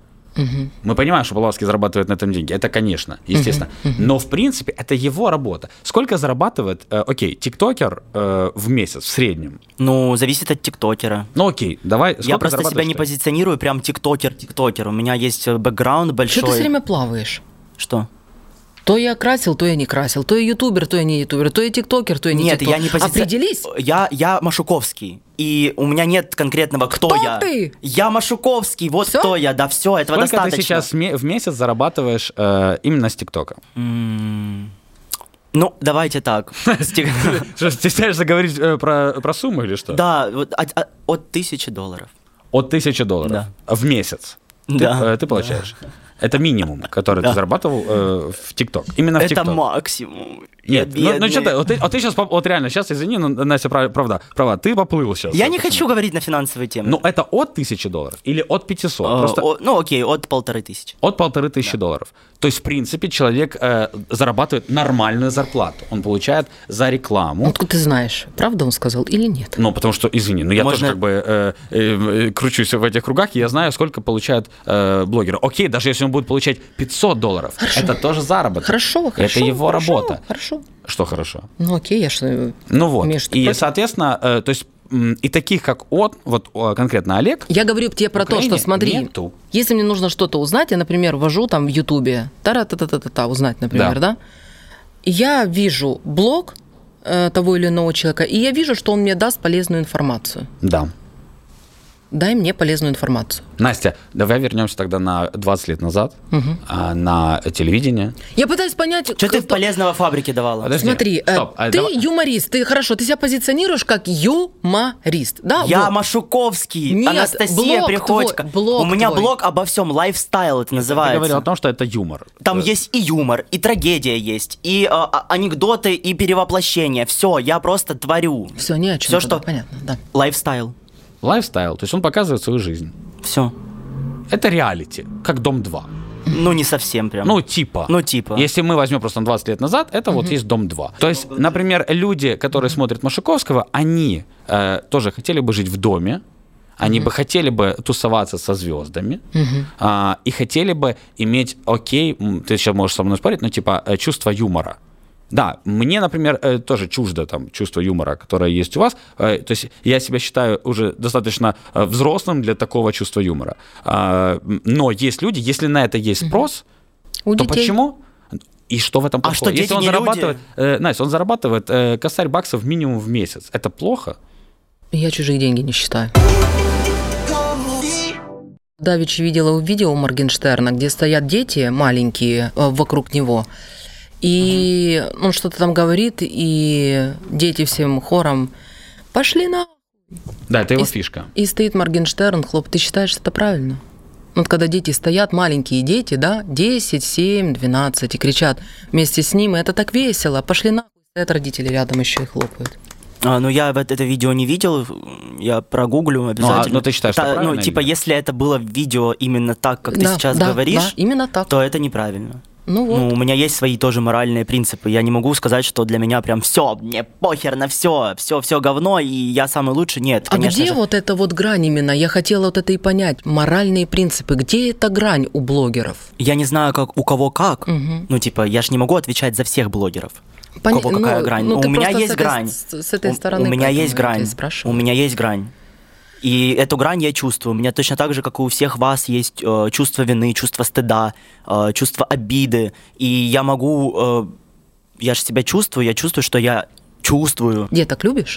Мы понимаем, что Поплавский зарабатывает на этом деньги. Это, конечно, естественно. Но, в принципе, это его работа. Сколько зарабатывает, э, окей, тиктокер э, в месяц в среднем? Ну, зависит от тиктокера. Ну, окей, давай. Я сколько просто себя зарабатываешь не ты? позиционирую прям тиктокер-тиктокер. У меня есть э, бэкграунд Что большой. ты все время плаваешь? Что? То я красил, то я не красил. То я ютубер, то я не ютубер. То я тиктокер, то я не Нет, тиктокер. я не позиционирую. Определись. Я, я Машуковский. И у меня нет конкретного, кто, Кто я. ты? Я Машуковский, вот Всё? кто я. Да, все, этого Сколько достаточно. ты сейчас ме- в месяц зарабатываешь э, именно с ТикТока? М, Ну, давайте так. Стик- Что, стесняешься говорить э, про, про сумму или что? Да, вот от, от- от тысячи долларов. От тысячи долларов Да. в месяц. Ты, Да. э, ты получаешь. Это минимум, который Да. ты зарабатывал э, в ТикТок. Именно в Это ТикТок. максимум. Нет, Я ну, ну что бедный. ты, вот ты, вот ты сейчас, вот реально, сейчас, извини, но Настя прав- правда, права, ты поплыл сейчас. Я не хочу говорить на финансовые темы. Ну, это от тысячи долларов или от пятисот? Э, Просто о- ну, окей, от полторы тысячи. от полторы тысячи долларов. То есть, в принципе, человек э, зарабатывает нормальную зарплату. Он получает за рекламу. Откуда ты знаешь, правда он сказал или нет? Ну, потому что, извини, ну я Можно- тоже как бы э, э, э, кручусь в этих кругах, и я знаю, сколько получает э, блогер. Окей, даже если он будет получать пятьсот долларов, это тоже заработок. Хорошо, хорошо. Это его хорошо, работа. Хорошо. Что хорошо? Ну окей, я что... Ну вот. имею что-то И, против. соответственно, э, то есть м, и таких, как он, вот о, конкретно Олег, Я говорю тебе про то, Украине что смотри, нету. если мне нужно что-то узнать, я, например, ввожу там в Ютубе, тара-та-та-та-та, узнать, например, Да. да. И я вижу блог э, того или иного человека, и я вижу, что он мне даст полезную информацию. да. Дай мне полезную информацию. Настя, давай вернемся тогда на двадцать лет назад, а, на телевидение. Я пытаюсь понять... Что ты в кто- полезного фабрике давала? Подожди. Смотри, э, Стоп, а ты давай- юморист, ты хорошо, ты себя позиционируешь как юморист, да? Я вот. Машуковский, Нет, Анастасия блог Приходько. твой, блог У меня твой. блог обо всем, лайфстайл это Ты называется. говорил о том, что это юмор. Там Э, есть и юмор, и трагедия есть, и а, а, анекдоты, и перевоплощение. Все, я просто творю. Все, не о чем. Всё, тогда, что- понятно, да. Лайфстайл. Лайфстайл, то есть он показывает свою жизнь. Все. Это реалити, как «Дом два». Ну, не совсем прям. Ну, типа. Ну, типа. Если мы возьмем просто на двадцать лет назад, это вот есть «Дом два». То есть, например, люди, которые смотрят Машуковского, они э, тоже хотели бы жить в доме, они бы хотели бы тусоваться со звездами, а, и хотели бы иметь, окей, м, ты сейчас можешь со мной спорить, но типа э, чувство юмора. Да, мне, например, э, тоже чуждо там чувство юмора, которое есть у вас. Э, То есть я себя считаю уже достаточно э, взрослым для такого чувства юмора. А, м, Но есть люди, если на это есть спрос, У то детей. почему? И что в этом плохого? что, дети Если он не люди? зарабатывает, э, Настя, он зарабатывает э, косарь баксов минимум в месяц. Это плохо? Я чужие деньги не считаю. Давичи видела видео у Моргенштерна, где стоят дети маленькие э, вокруг него. И он что-то там говорит, и дети всем хором «пошли на...» Да, это его И с- фишка. И стоит Моргенштерн, хлоп, ты считаешь, что это правильно? Вот когда дети стоят, маленькие дети, да, десять, семь, двенадцать, и кричат вместе с ним, и это так весело, пошли нахуй, стоят родители рядом еще и хлопают. А, ну, я вот это видео не видел, я прогуглю обязательно. ну, ты считаешь, что Та- правильно Ну, типа, или нет? если это было видео именно так, как ты Да, сейчас да, говоришь, да, именно так. то это неправильно. Ну вот. Ну, у меня есть свои тоже моральные принципы. Я не могу сказать, что для меня прям все, мне похер на все, все, все говно, и я самый лучший. Нет, А конечно где же. вот эта вот грань именно? Я хотела вот это и понять. Моральные принципы. Где эта грань у блогеров? Я не знаю, как у кого как. Мгм. Ну, типа, я же не могу отвечать за всех блогеров. Пони- У кого какая ну, грань? ну, у ты меня просто есть с этой- грань. с- с этой У- стороны, У меня поэтому есть я грань. тебя и спрашиваю. У меня есть грань. И эту грань я чувствую. У меня точно так же, как и у всех вас, есть э, чувство вины, чувство стыда, э, чувство обиды. И я могу... э, я же себя чувствую, я чувствую, что я Чувствую. Деток любишь?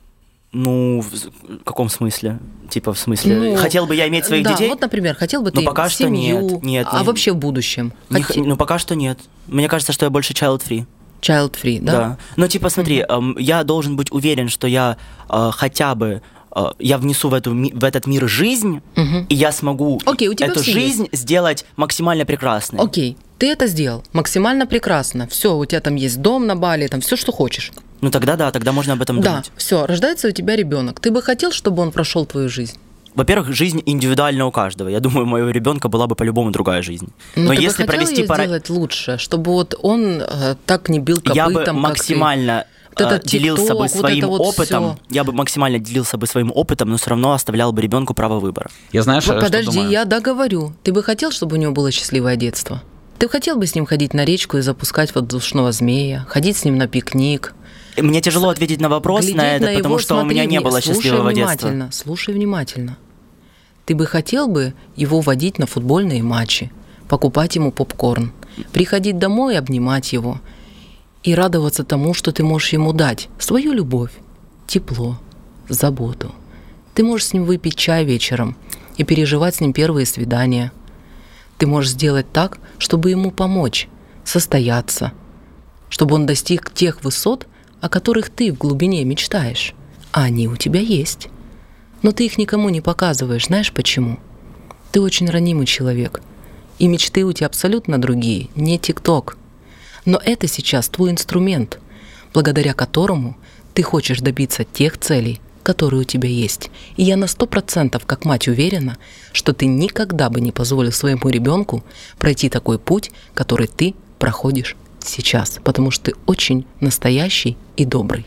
Ну, в каком смысле? Типа, в смысле, Ну, хотел бы я иметь своих да, детей? вот, например, хотел бы Но ты пока что семью, нет, нет, а не- вообще в будущем? Не Хоте- х- Ну, пока что нет. Мне кажется, что я больше child-free. Child-free, да? Да. Но типа, смотри, эм, я должен быть уверен, что я э, хотя бы э, я внесу в, эту, ми- в этот мир жизнь, Мгм. и я смогу Окей, у тебя эту все жизнь сделать максимально прекрасной. Окей, ты это сделал максимально прекрасно. Все, у тебя там есть дом на Бали, там все, что хочешь. Ну тогда да, тогда можно об этом Да, думать. все, рождается у тебя ребенок. Ты бы хотел, чтобы он прошел твою жизнь? Во-первых, жизнь индивидуальна у каждого. Я думаю, у моего ребенка была бы по-любому другая жизнь. Но, Но ты если бы хотел провести её пара... сделать лучше, чтобы вот он э, так не бил копытом, я бы как ты. максимально Вот этот э, делился TikTok, бы вот своим это вот опытом. всё. Я бы максимально делился бы своим опытом, но все равно оставлял бы ребенку право выбора. Я знаешь, Вот что подожди, думаю? я договорю. Ты бы хотел, чтобы у него было счастливое детство? Ты хотел бы с ним ходить на речку и запускать воздушного змея, ходить с ним на пикник? И мне тяжело ответить на вопрос глядеть на это, на потому его, что у смотри меня не вни- было слушай счастливого детства. внимательно, Слушай внимательно. Ты бы хотел бы его водить на футбольные матчи, покупать ему попкорн, приходить домой и обнимать его, и радоваться тому, что ты можешь ему дать, свою любовь, тепло, заботу. Ты можешь с ним выпить чай вечером и переживать с ним первые свидания. Ты можешь сделать так, чтобы ему помочь, состояться, чтобы он достиг тех высот, о которых ты в глубине мечтаешь, а они у тебя есть. Но ты их никому не показываешь, знаешь почему? Ты очень ранимый человек, и мечты у тебя абсолютно другие, не ТикТок. Но это сейчас твой инструмент, благодаря которому ты хочешь добиться тех целей, которые у тебя есть. И я на сто процентов, как мать, уверена, что ты никогда бы не позволил своему ребенку пройти такой путь, который ты проходишь сейчас, потому что ты очень настоящий и добрый.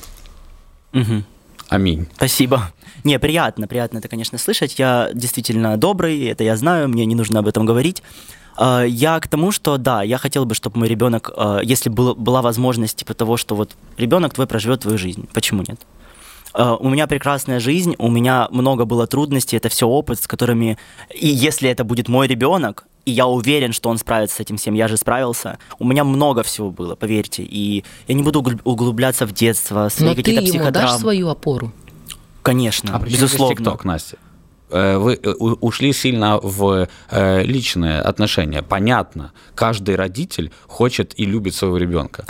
Мгм. Аминь. Спасибо. Не, приятно, приятно это, конечно, слышать. Я действительно добрый, это я знаю, мне не нужно об этом говорить. А, Я к тому, что да, я хотел бы, чтобы мой ребенок, а, если был- была возможность типа того, что вот ребенок твой проживет твою жизнь, почему нет? А, У меня прекрасная жизнь, у меня много было трудностей, это все опыт, с которыми, и если это будет мой ребенок, и я уверен, что он справится с этим всем, я же справился, у меня много всего было, поверьте, и я не буду угл- углубляться в детство, свои Но ты какие-то ему дашь психодрамы. свою опору. Конечно, А при чем здесь безусловно. ТикТок, Настя? Э, Вы э, у- ушли сильно в э, личные отношения. Понятно, каждый родитель хочет и любит своего ребенка.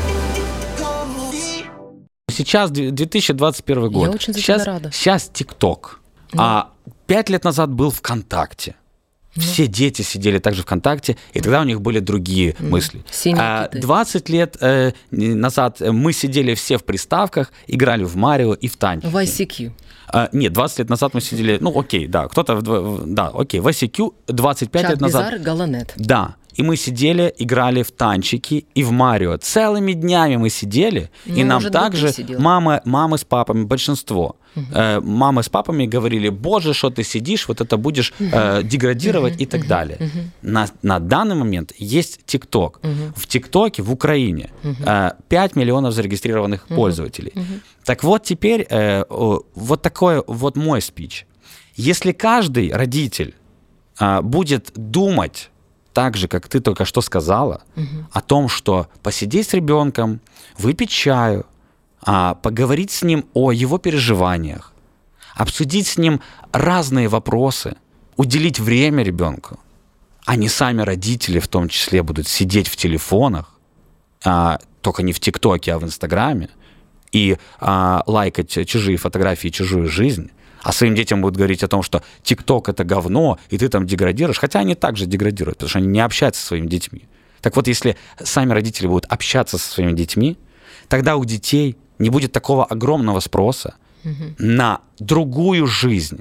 Сейчас две тысячи двадцать первый год. Я очень за тебя сейчас, рада. Сейчас ТикТок. А пять лет назад был ВКонтакте. Все дети сидели также ВКонтакте, и тогда у них были другие мысли. Синие А киты. двадцать лет э, назад мы сидели все в приставках, играли в Марио и в танчики. В ай си кью. А, нет, двадцать лет назад мы сидели, ну окей, да, кто-то, в дво- в- да, окей, в ай си кью двадцать пять лет назад. Чат-Бизар, Галанет. Да, и мы сидели, играли в танчики и в Марио. Целыми днями мы сидели, и Ну, нам может быть, также ты сидел. мамы, мамы с папами, большинство, э, мамы с папами говорили, боже, что ты сидишь, вот это будешь э, деградировать и так далее. На, на данный момент есть ТикТок. В ТикТоке в Украине э, пять миллионов зарегистрированных пользователей. Так вот теперь э, о, вот такой вот мой спич. Если каждый родитель а, будет думать так же, как ты только что сказала, о том, что посидеть с ребенком, выпить чаю, а, поговорить с ним о его переживаниях, обсудить с ним разные вопросы, уделить время ребенку, а не сами родители в том числе будут сидеть в телефонах, а, только не в ТикТоке, а в Инстаграме, и а, лайкать чужие фотографии, чужую жизнь, а своим детям будут говорить о том, что ТикТок — это говно, и ты там деградируешь, хотя они также деградируют, потому что они не общаются со своими детьми. Так вот, если сами родители будут общаться со своими детьми, тогда у детей не будет такого огромного спроса на другую жизнь,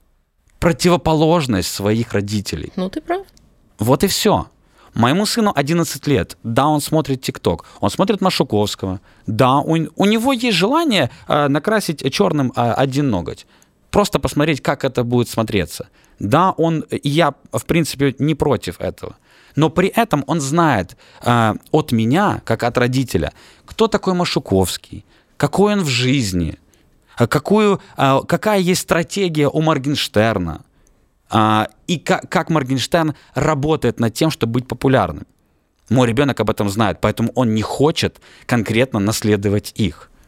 противоположность своих родителей. Ну, ты прав. Вот и все. Моему сыну одиннадцать лет. Да, он смотрит ТикТок. Он смотрит Машуковского. Да, у, у него есть желание э, накрасить черным э, один ноготь. Просто посмотреть, как это будет смотреться. Да, он, и я, в принципе, не против этого. Но при этом он знает э, от меня, как от родителя, кто такой Машуковский, какой он в жизни, э, какую, э, какая есть стратегия у Моргенштерна. А, и как, как Моргенштерн работает над тем, чтобы быть популярным. Мой ребенок об этом знает, поэтому он не хочет конкретно наследовать их.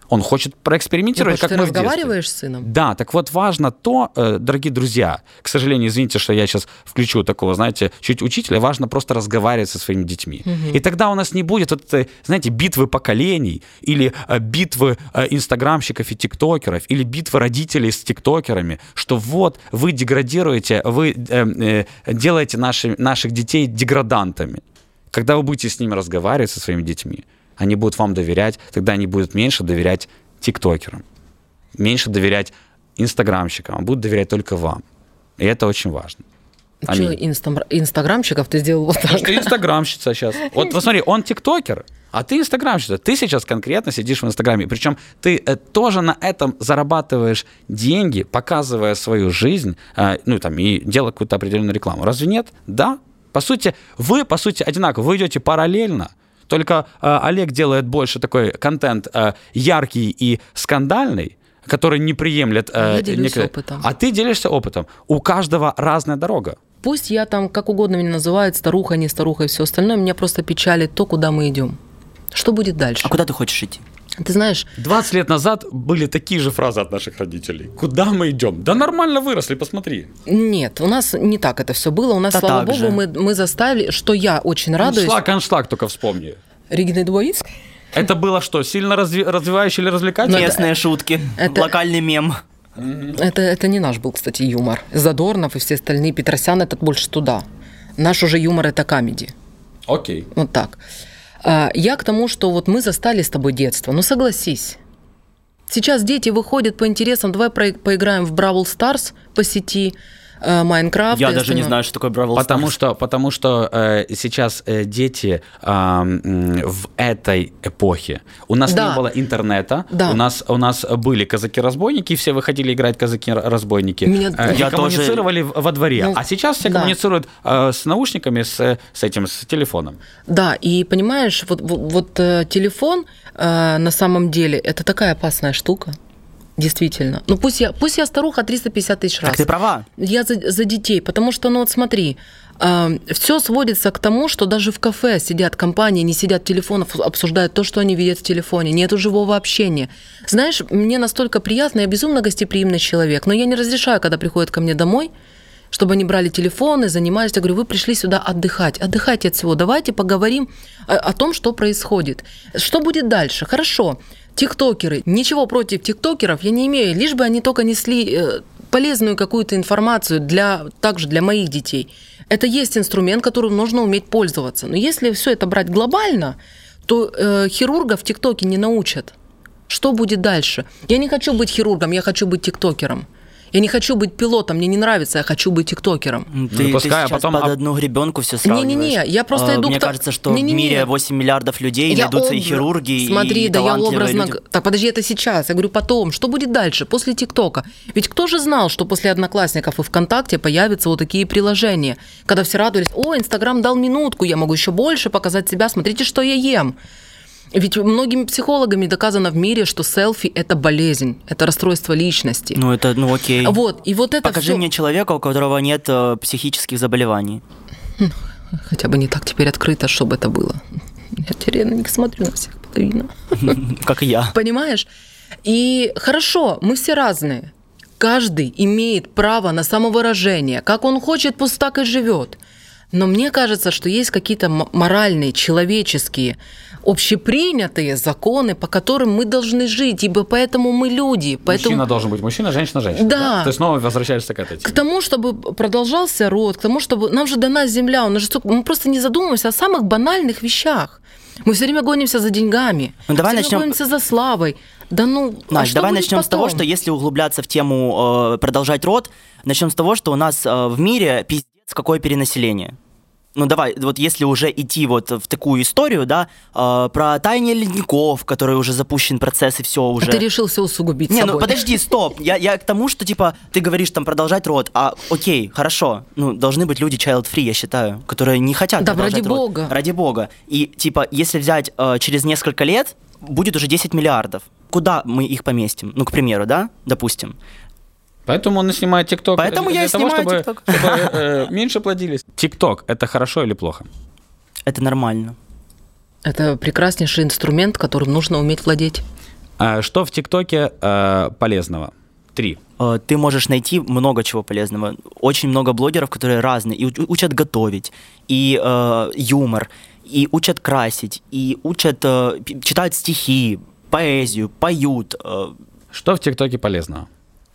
Он хочет проэкспериментировать, Ну, как ты мы в детстве. разговариваешь с сыном? Да, так вот важно то, э, дорогие друзья, к сожалению, извините, что я сейчас включу такого, знаете, чуть учителя, важно просто разговаривать со своими детьми. Угу. И тогда у нас не будет вот этой, знаете, битвы поколений или э, битвы э, инстаграмщиков и тиктокеров, или битвы родителей с тиктокерами, что вот вы деградируете, вы э, э, делаете наши, наших детей деградантами. Когда вы будете с ними разговаривать, со своими детьми, они будут вам доверять, тогда они будут меньше доверять тиктокерам, меньше доверять инстаграмщикам, а будут доверять только вам. И это очень важно. Что, инста- инстаграмщиков ты сделал вот так? Потому что инстаграмщица сейчас. Вот посмотри, он тиктокер, а ты инстаграмщица. Ты сейчас конкретно сидишь в Инстаграме. Причем ты э, тоже на этом зарабатываешь деньги, показывая свою жизнь, э, ну там и делая какую-то определенную рекламу. Разве нет? Да. По сути, вы, по сути, одинаково. Вы идете параллельно. Только э, Олег делает больше такой контент э, яркий и скандальный, который не приемлет... Э, я делюсь некое... опытом. А ты делишься опытом. У каждого разная дорога. Пусть я там как угодно меня называют, старуха, не старуха и все остальное, меня просто печалит то, куда мы идем. Что будет дальше? А куда ты хочешь идти? Ты знаешь... двадцать лет назад были такие же фразы от наших родителей. Куда мы идем? Да нормально выросли, посмотри. Нет, у нас не так это все было. У нас, Да слава так богу, же. мы, мы заставили, что я очень радуюсь. Аншлаг, аншлаг только вспомни. Регина Двоицкая. Это было что, сильно разви- развивающее или развлекательное? Но Местные шутки, это- локальный мем. Это, это не наш был, кстати, юмор. Задорнов и все остальные. Петросян этот больше туда. Наш уже юмор это камеди. Окей. Вот так. А, Я к тому, что вот мы застали с тобой детство. Ну согласись. Сейчас дети выходят по интересам. Давай про- поиграем в Бравл Старс по сети, э, Майнкрафт. Я и даже не остальное. знаю, что такое Бравл Потому Старс. что, потому что э, сейчас э, дети э, м, в этой эпохе. У нас Да. не было интернета, Да. у, нас, у нас были казаки-разбойники, все выходили играть казаки-разбойники. Меня- Э, Я и коммуницировали в- во дворе. Ну, а сейчас все да. коммуницируют э, с наушниками, с, с этим, с телефоном. Да, и понимаешь, вот, вот, вот, э, телефон э, на самом деле это такая опасная штука. Действительно. Ну пусть я, пусть я старуха триста пятьдесят тысяч раз. Так ты права. Я за, за детей, потому что, ну вот смотри, э, все сводится к тому, что даже в кафе сидят компании, не сидят в телефонах, обсуждают то, что они видят в телефоне, нету живого общения. Знаешь, мне настолько приятно, я безумно гостеприимный человек, но я не разрешаю, когда приходят ко мне домой, чтобы они брали телефоны, занимались. Я говорю, вы пришли сюда отдыхать. Отдыхайте от всего. Давайте поговорим о, о том, что происходит. Что будет дальше? Хорошо. Тиктокеры. Ничего против тиктокеров я не имею, лишь бы они только несли э, полезную какую-то информацию для, также для моих детей. Это есть инструмент, которым нужно уметь пользоваться. Но если все это брать глобально, то э, хирурга в ТикТоке не научат. Что будет дальше? Я не хочу быть хирургом, я хочу быть тиктокером. Я не хочу быть пилотом, мне не нравится, я хочу быть тиктокером. Ты, Ну, ты пускай, а сейчас потом под об- одну гребенку все сравниваешь. Не-не-не, я просто А, иду Мне к то- кажется, что Не-не-не. в мире восемь миллиардов людей, Я найдутся и обра- хирурги, Смотри, и да я талантливые образно... люди. Так, подожди, это сейчас. Я говорю потом. Что будет дальше, после ТикТока? Ведь кто же знал, что после Одноклассников и ВКонтакте появятся вот такие приложения, когда все радовались, о, Инстаграм дал минутку, я могу еще больше показать себя, смотрите, что я ем. Ведь многими психологами доказано в мире, что селфи – это болезнь, это расстройство личности. Ну, это, ну, окей. Вот, и вот это Покажи всё- мне человека, у которого нет э, психических заболеваний. Хотя бы не так теперь открыто, чтобы это было. Я теперь не смотрю на всех половину. Как и я. Понимаешь? И хорошо, мы все разные. Каждый имеет право на самовыражение. Как он хочет, пусть так и живет. Но мне кажется, что есть какие-то м- моральные, человеческие, общепринятые законы, по которым мы должны жить, ибо поэтому мы люди. Поэтому... Мужчина должен быть мужчина, женщина женщина. Да. Ты снова возвращаешься к этой К теме. тому, чтобы продолжался род, к тому, чтобы нам же дана земля, у нас же столько- мы просто не задумываемся о самых банальных вещах. Мы все время гонимся за деньгами, Ну, давай все начнем- время гонимся за славой. Да ну, а Настя, что давай будет начнем с того, потом? что если углубляться в тему э, продолжать род, начнем с того, что у нас э, в мире пиздец какое перенаселение. Ну давай, вот если уже идти вот в такую историю, да, э, про таяние ледников, который уже запущен процесс и все уже. А ты решил все усугубить Не, собой. ну подожди, стоп. Я, я к тому, что типа ты говоришь там продолжать род, а окей, хорошо. Ну, должны быть люди child-free, я считаю, которые не хотят Да, продолжать ради род. бога. Ради бога. И типа, если взять э, через несколько лет, будет уже десять миллиардов. Куда мы их поместим? Ну, к примеру, да, допустим. Поэтому он и снимает ТикТок. Поэтому для я и того, снимаю чтобы, TikTok. чтобы, э, меньше плодились. ТикТок – это хорошо или плохо? Это нормально. Это прекраснейший инструмент, которым нужно уметь владеть. А что в ТикТоке э, полезного? Три. Э, Ты можешь найти много чего полезного. Очень много блогеров, которые разные. И у- учат готовить, и э, юмор, и учат красить, и учат, э, п- читают стихи, поэзию, поют. э, Что в ТикТоке полезного?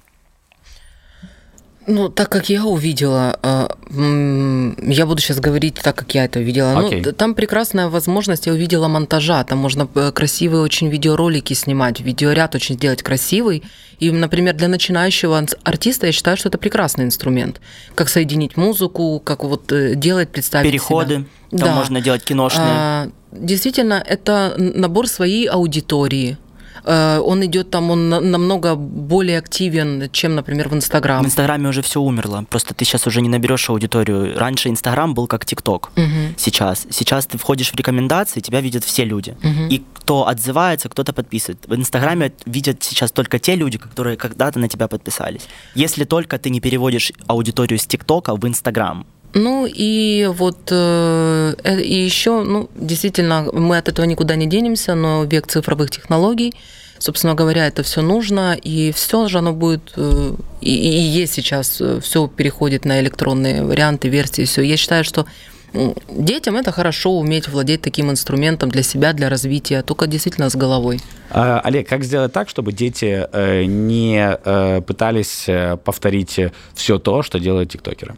Ну, так как я увидела, э, м, я буду сейчас говорить так, как я это увидела. Ну, Окей. т- там прекрасная возможность, я увидела монтажа, там можно э, красивые очень видеоролики снимать, видеоряд очень сделать красивый. И, например, для начинающего ан- артиста я считаю, что это прекрасный инструмент. Как соединить музыку, как вот э, делать, представить Переходы. себя. Там Да. можно делать киношные. А, Действительно, это набор своей аудитории. Э, Он идет там, он на- намного более активен, чем, например, в Инстаграм. В Инстаграме уже все умерло. Просто ты сейчас уже не наберешь аудиторию. Раньше Инстаграм был как ТикТок. Мгм. Сейчас. Сейчас ты входишь в рекомендации, тебя видят все люди. Мгм. И кто отзывается, кто-то подписывает. В Инстаграме видят сейчас только те люди, которые когда-то на тебя подписались. Если только ты не переводишь аудиторию с ТикТока в Инстаграм. Ну и вот э, э, и еще, ну, действительно, мы от этого никуда не денемся, но век цифровых технологий, собственно говоря, это все нужно, и все же оно будет, э, и, и есть сейчас, все переходит на электронные варианты, версии, все. Я считаю, что м, детям это хорошо уметь владеть таким инструментом для себя, для развития, только действительно с головой. А, Олег, как сделать так, чтобы дети э, не э, пытались э, повторить все то, что делают тиктокеры?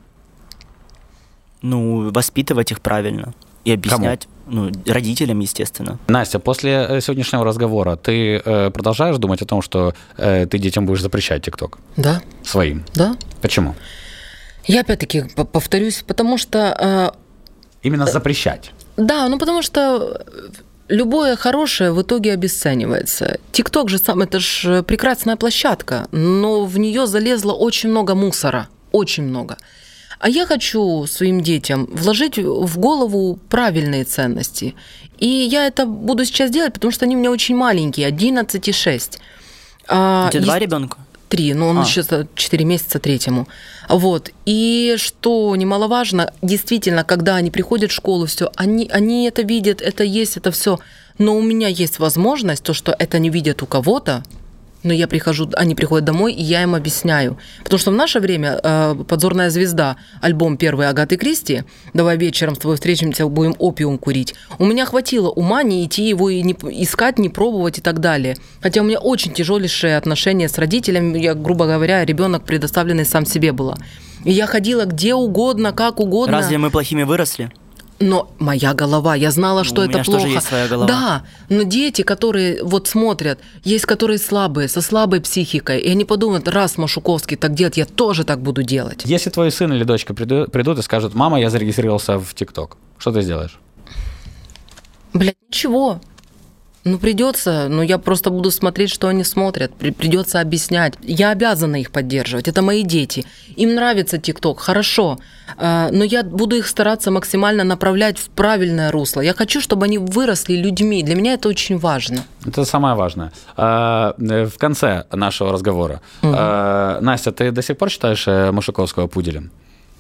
Ну, воспитывать их правильно. И объяснять. Ну, родителям, естественно. Настя, после э, сегодняшнего разговора ты э, продолжаешь думать о том, что э, ты детям будешь запрещать ТикТок? Да, Своим. да. Почему? Я опять-таки п- повторюсь, потому что э, Именно запрещать. Да, ну потому что любое хорошее в итоге обесценивается. ТикТок же сам, это же прекрасная площадка, но в нее залезло очень много мусора, очень много. А я хочу своим детям вложить в голову правильные ценности. И я это буду сейчас делать, потому что они у меня очень маленькие, одиннадцать и шесть. А, У тебя два есть- ребенка? Три, но он А. сейчас четыре месяца третьему. Вот. И что немаловажно, действительно, когда они приходят в школу, все, они, они это видят, это есть, это все. Но у меня есть возможность, то, что это не видят у кого-то, но я прихожу, они приходят домой, и я им объясняю. Потому что в наше время э, «Подзорная звезда», альбом первый Агаты Кристи, «Давай вечером с тобой встретимся, будем опиум курить», у меня хватило ума не идти его и не искать, не пробовать и так далее. Хотя у меня очень тяжелейшие отношения с родителями, я, грубо говоря, ребенок предоставленный сам себе была. И я ходила где угодно, как угодно. Разве мы плохими выросли? Но моя голова, я знала, что У это меня ж плохо. тоже есть своя голова. Да, но дети, которые вот смотрят, есть которые слабые, со слабой психикой, и они подумают, раз Машуковский так делает, я тоже так буду делать. Если твой сын или дочка приду- придут и скажут: мама, я зарегистрировался в ТикТок, что ты сделаешь? Блядь, ничего. Ну, придется, но я просто буду смотреть, что они смотрят. При- Придется объяснять. Я обязана их поддерживать. Это мои дети. Им нравится ТикТок, хорошо. А, Но я буду их стараться максимально направлять в правильное русло. Я хочу, чтобы они выросли людьми. Для меня это очень важно. Это самое важное. А, э, в конце нашего разговора. А, Настя, ты до сих пор считаешь э, Машуковского пуделем?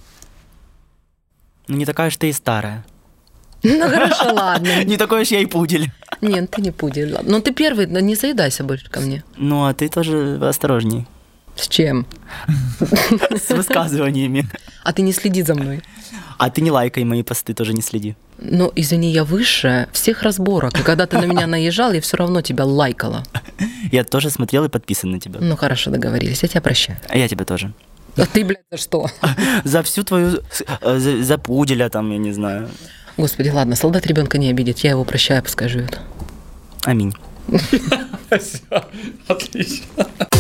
Ну, не такая уж ты и старая. Ну, хорошо, ладно. Не такой уж я и пудель. Нет, ты не пудель. ладно. Но ты первый, но не заедайся больше ко мне. Ну, а ты тоже осторожней. С чем? С высказываниями. А ты не следи за мной. А ты не лайкай мои посты, тоже не следи. Ну, извини, я выше всех разборок. И когда ты на меня наезжал, я все равно тебя лайкала. Я тоже смотрел и подписан на тебя. Ну, хорошо, договорились. Я тебя прощаю. А я тебя тоже. А ты, блядь, за что? За всю твою... э, За, за пуделя там, я не знаю. Господи, ладно, солдат ребенка не обидит. Я его прощаю, пускай живет. Аминь. Отлично.